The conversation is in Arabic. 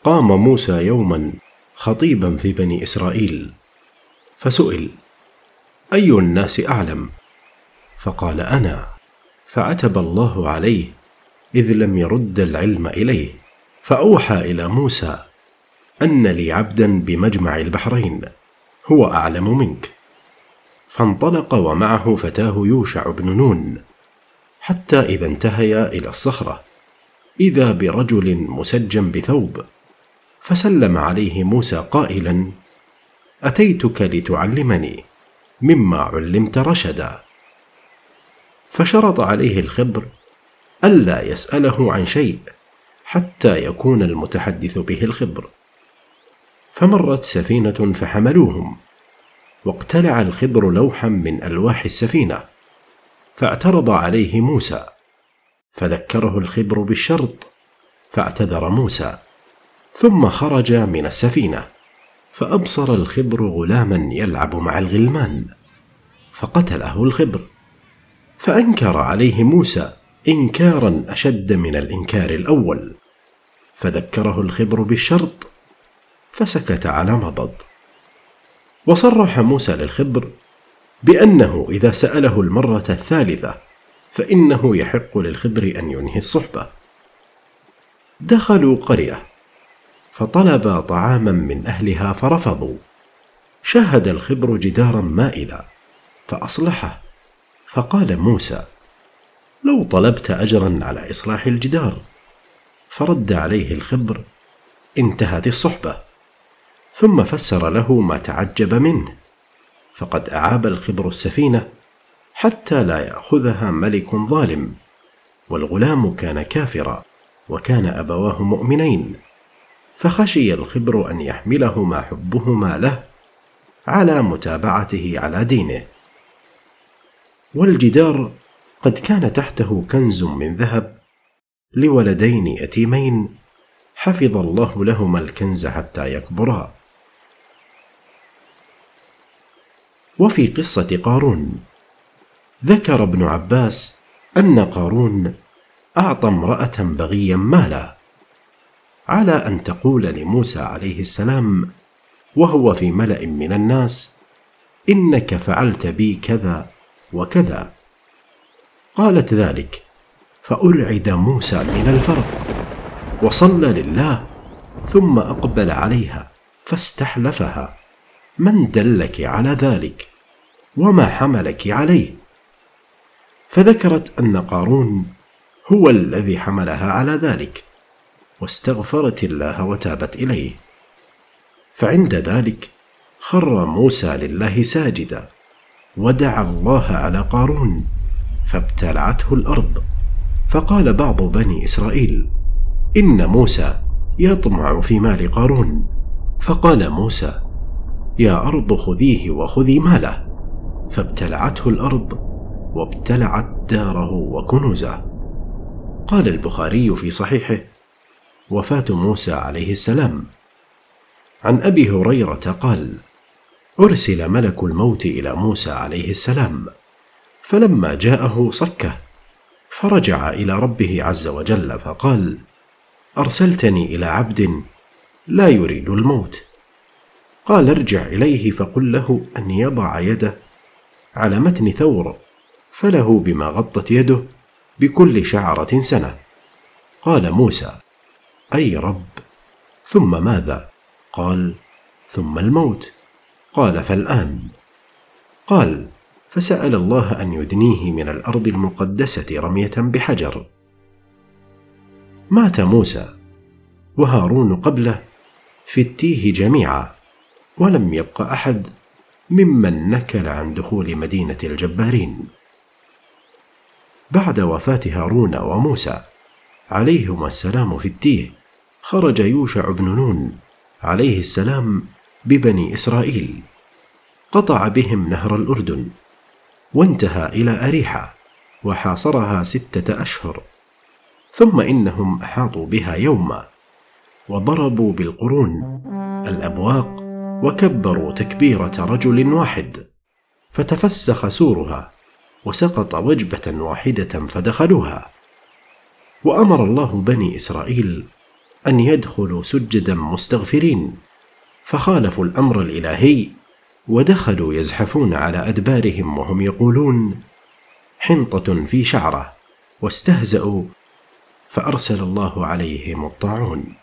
قام موسى يوما خطيبا في بني إسرائيل، فسئل: أي الناس أعلم؟ فقال: أنا. فعتب الله عليه إذ لم يرد العلم إليه، فأوحى إلى موسى أن لي عبدا بمجمع البحرين هو أعلم منك. فانطلق ومعه فتاه يوشع بن نون، حتى إذا انتهيا إلى الصخرة إذا برجل مسجى بثوب، فسلم عليه موسى قائلا: أتيتك لتعلمني مما علمت رشدا. فشرط عليه الخضر ألا يسأله عن شيء حتى يكون المتحدث به الخضر. فمرت سفينة فحملوهم، واقتلع الخضر لوحا من ألواح السفينة، فاعترض عليه موسى، فذكره الخضر بالشرط، فاعتذر موسى، ثم خرج من السفينة، فأبصر الخضر غلاما يلعب مع الغلمان، فقتله الخضر، فأنكر عليه موسى إنكارا أشد من الإنكار الأول، فذكره الخضر بالشرط، فسكت على مضض. وصرح موسى للخضر بأنه إذا سأله المرة الثالثة فإنه يحق للخضر أن ينهي الصحبة. دخلوا قرية فطلبا طعاما من أهلها فرفضوا. شاهد الخضر جدارا مائلا فأصلحه، فقال موسى: لو طلبت أجرا على إصلاح الجدار. فرد عليه الخضر: انتهت الصحبة. ثم فسر له ما تعجب منه، فقد أعاب الخضر السفينة حتى لا يأخذها ملك ظالم، والغلام كان كافرا، وكان أبواه مؤمنين، فخشي الخضر أن يحملهما حبهما له على متابعته على دينه. والجدار قد كان تحته كنز من ذهب لولدين يتيمين حفظ الله لهما الكنز حتى يكبرا. وفي قصة قارون ذكر ابن عباس أن قارون أعطى امرأة بغيا مالا على أن تقول لموسى عليه السلام وهو في ملأ من الناس: إنك فعلت بي كذا وكذا. قالت ذلك، فأرعد موسى من الفرق وصلى لله، ثم أقبل عليها فاستحلفها: من دلك على ذلك وما حملك عليه؟ فذكرت أن قارون هو الذي حملها على ذلك، واستغفرت الله وتابت إليه. فعند ذلك خر موسى لله ساجدا، ودعا الله على قارون فابتلعته الأرض. فقال بعض بني إسرائيل: إن موسى يطمع في مال قارون. فقال موسى: يا أرض خذيه وخذي ماله، فابتلعته الأرض وابتلعت داره وكنوزه. قال البخاري في صحيحه: وفاة موسى عليه السلام. عن أبي هريرة قال: أرسل ملك الموت إلى موسى عليه السلام، فلما جاءه صكه، فرجع إلى ربه عز وجل فقال: أرسلتني إلى عبد لا يريد الموت. قال: ارجع إليه فقل له أن يضع يده على متن ثور، فله بما غطت يده بكل شعرة سنة. قال موسى: أي رب، ثم ماذا؟ قال: ثم الموت. قال: فالآن. قال: فسأل الله أن يدنيه من الأرض المقدسة رمية بحجر. مات موسى وهارون قبله في التيه جميعا، ولم يبق أحد ممن نكل عن دخول مدينة الجبارين. بعد وفاة هارون وموسى عليهما السلام في التيه، خرج يوشع بن نون عليه السلام ببني إسرائيل، قطع بهم نهر الأردن، وانتهى إلى أريحة وحاصرها 6 أشهر. ثم إنهم أحاطوا بها يوما، وضربوا بالقرون الأبواق، وكبروا تكبيرة رجل واحد، فتفسخ سورها وسقط وجبة واحدة فدخلوها. وأمر الله بني إسرائيل أن يدخلوا سجدا مستغفرين، فخالفوا الأمر الإلهي ودخلوا يزحفون على أدبارهم وهم يقولون: حنطة في شعرة، واستهزأوا فأرسل الله عليهم الطاعون.